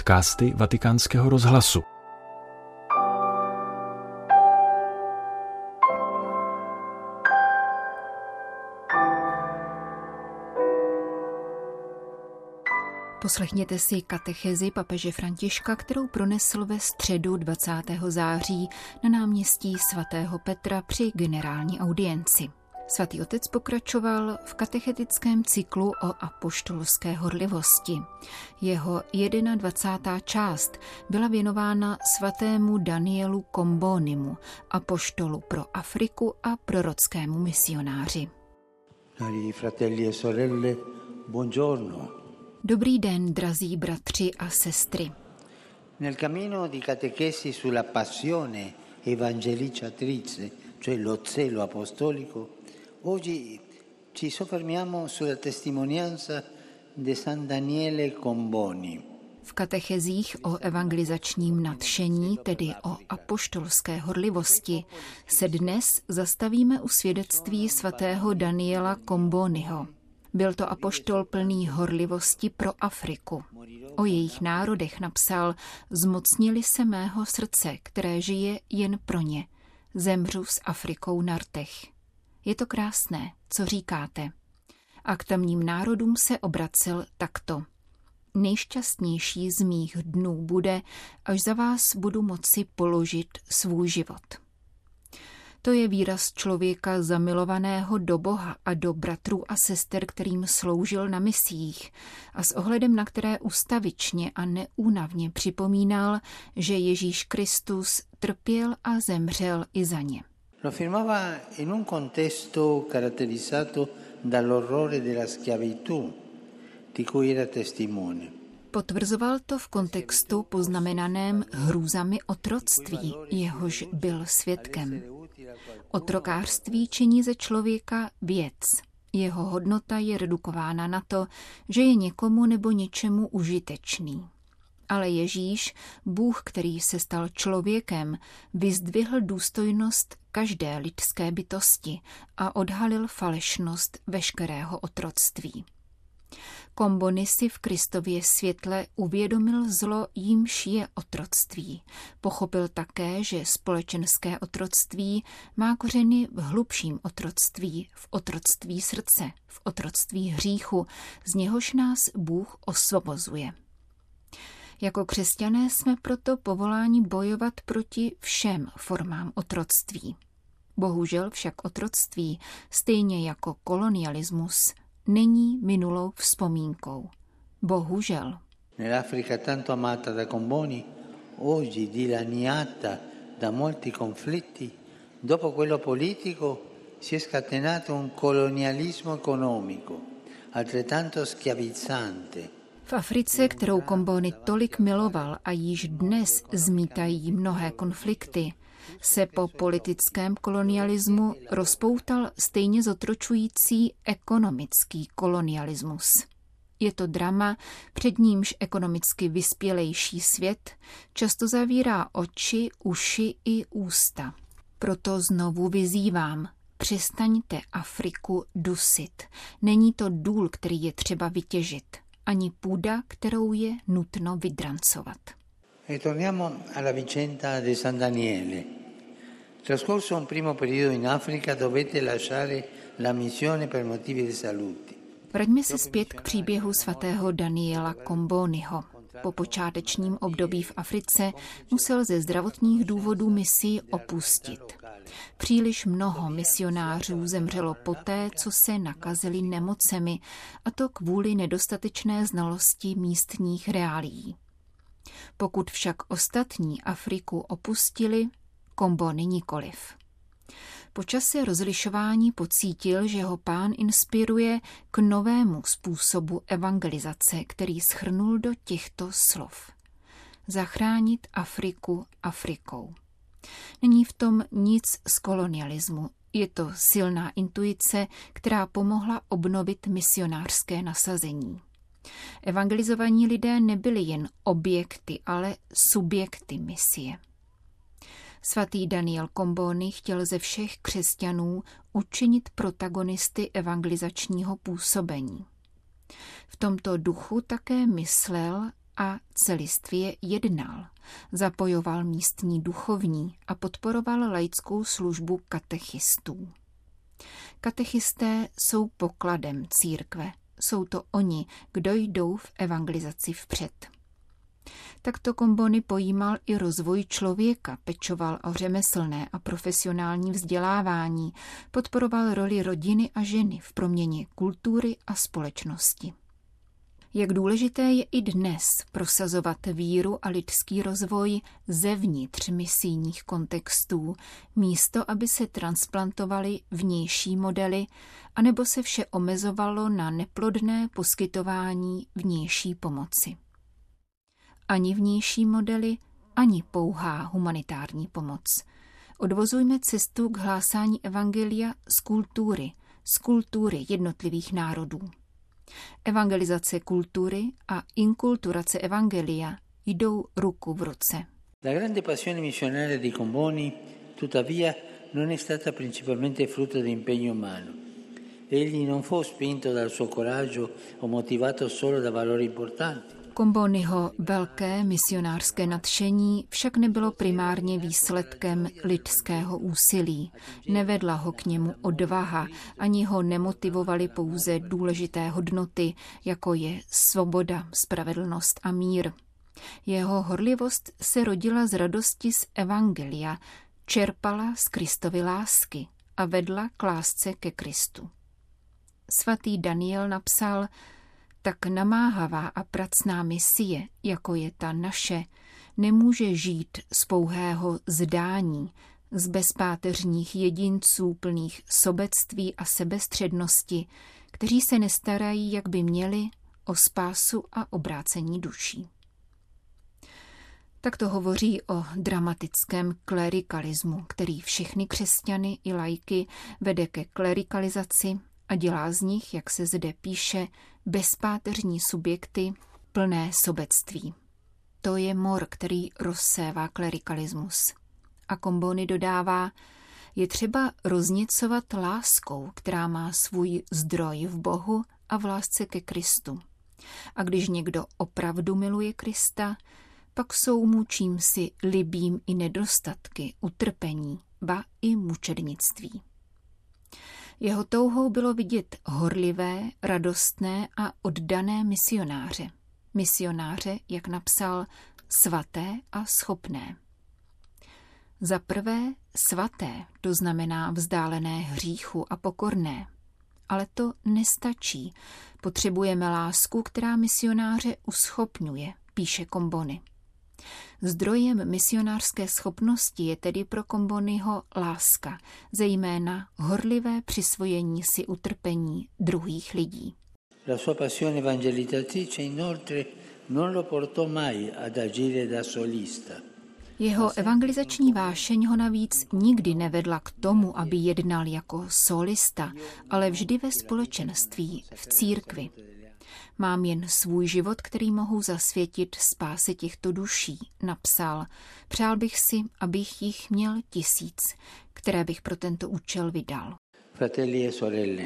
podcasty Vatikánského rozhlasu. Poslechněte si katechezi papeže Františka, kterou pronesl ve středu 20. září na náměstí svatého Petra při generální audienci. Svatý otec pokračoval v katechetickém cyklu o apoštolské horlivosti. Jeho 21. část byla věnována svatému Danielu Combonimu, apoštolu pro Afriku a prorockému misionáři. Cari fratelli e sorelle, buongiorno. Dobrý den, drazí bratři a sestry. Nel cammino di catechesi sulla passione evangelizzatrice, cioè lo zelo apostolico, oggi ci soffermiamo sulla testimonianza di San Daniele Comboni. V katechezích o evangelizačním nadšení, tedy o apoštolské horlivosti, se dnes zastavíme u svědectví svatého Daniela Comboniho. Byl to apoštol plný horlivosti pro Afriku. O jejich národech napsal: zmocnili se mého srdce, které žije jen pro ně. Zemřu s Afrikou na rtech. Je to krásné, co říkáte. A k tamním národům se obracel takto. Nejšťastnější z mých dnů bude, až za vás budu moci položit svůj život. To je výraz člověka zamilovaného do Boha a do bratrů a sester, kterým sloužil na misiích a s ohledem na které ustavičně a neúnavně připomínal, že Ježíš Kristus trpěl a zemřel i za ně. Lo affermava in un contesto caratterizzato dall'orrore della schiavitù, di cui era testimone. Potvrzoval to v kontextu poznamenaném hrůzami otroctví, jehož byl svědkem. Otrokářství činí ze člověka věc. Jeho hodnota je redukována na to, že je někomu nebo něčemu užitečný. Ale Ježíš, Bůh, který se stal člověkem, vyzdvihl důstojnost každé lidské bytosti a odhalil falešnost veškerého otroctví. Comboni si v Kristově světle uvědomil zlo, jímž je otroctví. Pochopil také, že společenské otroctví má kořeny v hlubším otroctví, v otroctví srdce, v otroctví hříchu, z něhož nás Bůh osvobozuje. Jako křesťané jsme proto povoláni bojovat proti všem formám otroctví. Bohužel však otroctví, stejně jako kolonialismus, není minulou vzpomínkou. Bohužel. Nell'Africa tanto amata da Comboni, oggi dilaniata da molti conflitti, dopo quello politico si è scatenato un colonialismo economico, altrettanto schiavizzante. V Africe, kterou Comboni tolik miloval a již dnes zmítají mnohé konflikty, se po politickém kolonialismu rozpoutal stejně zotročující ekonomický kolonialismus. Je to drama, před nímž ekonomicky vyspělejší svět často zavírá oči, uši i ústa. Proto znovu vyzývám, přestaňte Afriku dusit. Není to důl, který je třeba vytěžit, ani půda, kterou je nutno vydrancovat. E torniamo alla vicenda di San Daniele. Trascorso un primo periodo in Africa dovette lasciare la missione per motivi di salute. Vraťme se zpět k příběhu svatého Daniela Comboniho. Po počátečním období v Africe musel ze zdravotních důvodů misii opustit. Příliš mnoho misionářů zemřelo poté, co se nakazili nemocemi, a to kvůli nedostatečné znalosti místních reálií. Pokud však ostatní Afriku opustili, Comboni nikoliv. Po čase rozlišování pocítil, že ho Pán inspiruje k novému způsobu evangelizace, který shrnul do těchto slov. Zachránit Afriku Afrikou. Není v tom nic z kolonialismu. Je to silná intuice, která pomohla obnovit misionářské nasazení. Evangelizovaní lidé nebyli jen objekty, ale subjekty misie. Svatý Daniel Comboni chtěl ze všech křesťanů učinit protagonisty evangelizačního působení. V tomto duchu také myslel a celistvě jednal, zapojoval místní duchovní a podporoval laickou službu katechistů. Katechisté jsou pokladem církve, jsou to oni, kdo jdou v evangelizaci vpřed. Takto Comboni pojímal i rozvoj člověka, pečoval o řemeslné a profesionální vzdělávání, podporoval roli rodiny a ženy v proměně kultury a společnosti. Jak důležité je i dnes prosazovat víru a lidský rozvoj zevnitř misijních kontextů, místo aby se transplantovaly vnější modely, anebo se vše omezovalo na neplodné poskytování vnější pomoci. Ani vnější modely, ani pouhá humanitární pomoc. Odvozujme cestu k hlásání evangelia z kultury jednotlivých národů. Evangelizace kultury a inkulturace evangelia jdou ruku v ruce. La grande passione missionaria di Comboni, tuttavia, non è stata principalmente frutto di impegno umano. Egli non fu spinto dal suo coraggio o motivato solo da valori importanti. Comboniho velké misionářské nadšení však nebylo primárně výsledkem lidského úsilí. Nevedla ho k němu odvaha, ani ho nemotivovaly pouze důležité hodnoty, jako je svoboda, spravedlnost a mír. Jeho horlivost se rodila z radosti z evangelia, čerpala z Kristovy lásky a vedla k lásce ke Kristu. Svatý Daniel napsal: tak namáhavá a pracná misie, jako je ta naše, nemůže žít z pouhého zdání, z bezpáteřních jedinců plných sobectví a sebestřednosti, kteří se nestarají, jak by měli, o spásu a obrácení duší. Tak to hovoří o dramatickém klerikalismu, který všechny křesťany i laiky vede ke klerikalizaci a dělá z nich, jak se zde píše, bezpáteřní subjekty plné sobectví. To je mor, který rozsévá klerikalismus. A Comboni dodává, je třeba rozněcovat láskou, která má svůj zdroj v Bohu a v lásce ke Kristu. A když někdo opravdu miluje Krista, pak jsou mu čímsi libým i nedostatky, utrpení, ba i mučednictví. Jeho touhou bylo vidět horlivé, radostné a oddané misionáře. Misionáře, jak napsal, svaté a schopné. Za prvé svaté, to znamená vzdálené hříchu a pokorné. Ale to nestačí. Potřebujeme lásku, která misionáře uschopňuje, píše Comboni. Zdrojem misionářské schopnosti je tedy pro Comboniho láska, zejména horlivé přisvojení si utrpení druhých lidí. La sua passione evangelizzatrice inoltre non lo portò mai ad agire da solista. Jeho evangelizační vášeň ho navíc nikdy nevedla k tomu, aby jednal jako solista, ale vždy ve společenství, v církvi. Mám jen svůj život, který mohu zasvětit spáse těchto duší, napsal. Přál bych si, abych jich měl 1000, které bych pro tento účel vydal. Fratelli e sorelle,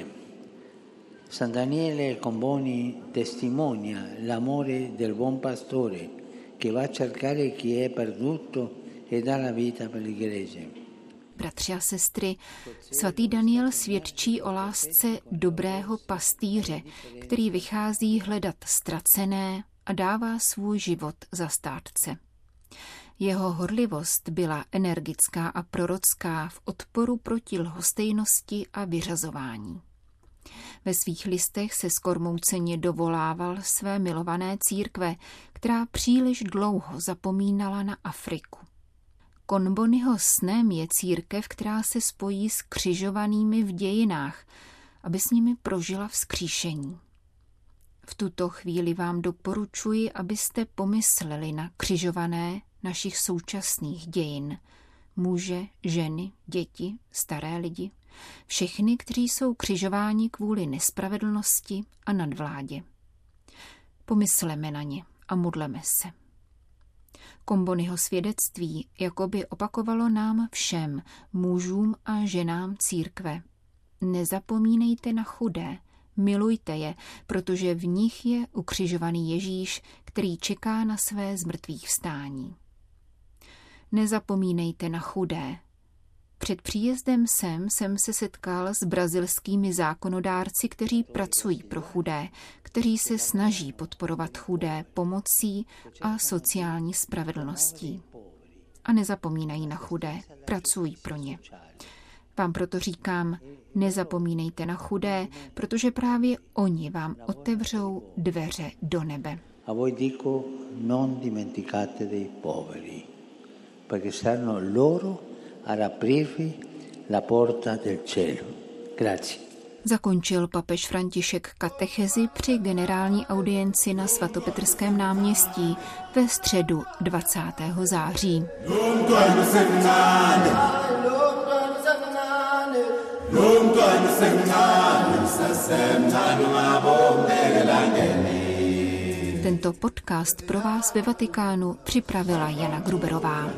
San Daniele Comboni testimonia l'amore del buon pastore che va a cercare chi è perduto e dà la vita per l'Iglesia. Bratři a sestry, svatý Daniel svědčí o lásce dobrého pastýře, který vychází hledat ztracené a dává svůj život za státce. Jeho horlivost byla energická a prorocká v odporu proti lhostejnosti a vyřazování. Ve svých listech se skormouceně dovolával své milované církve, která příliš dlouho zapomínala na Afriku. Comboniho snem je církev, která se spojí s křižovanými v dějinách, aby s nimi prožila vzkříšení. V tuto chvíli vám doporučuji, abyste pomysleli na křižované našich současných dějin. Muže, ženy, děti, staré lidi, všechny, kteří jsou křižováni kvůli nespravedlnosti a nadvládě. Pomysleme na ně a modleme se. Comboniho svědectví jakoby opakovalo nám všem, mužům a ženám církve. Nezapomínejte na chudé, Milujte je, protože v nich je ukřižovaný Ježíš, který čeká na své zmrtvých vstání. Nezapomínejte na chudé. Před příjezdem jsem se setkal s brazilskými zákonodárci, kteří pracují pro chudé, kteří se snaží podporovat chudé pomocí a sociální spravedlností. A nezapomínají na chudé, pracují pro ně. Vám proto říkám, nezapomínejte na chudé, protože právě oni vám otevřou dveře do nebe. A voi dico, non dimenticate dei poveri, perché saranno loro ad aprirvi la porta del cielo. Grazie. Zakončil papež František katechezi při generální audienci na svatopetrském náměstí ve středu 20. září. Tento podcast pro vás ve Vatikánu připravila Jana Gruberová.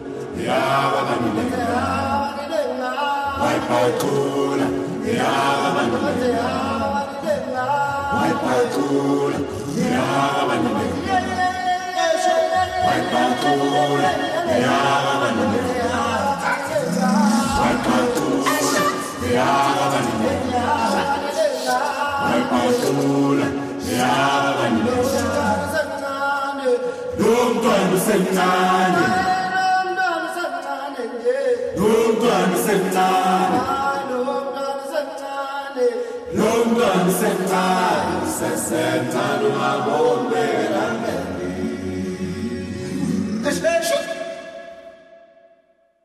Non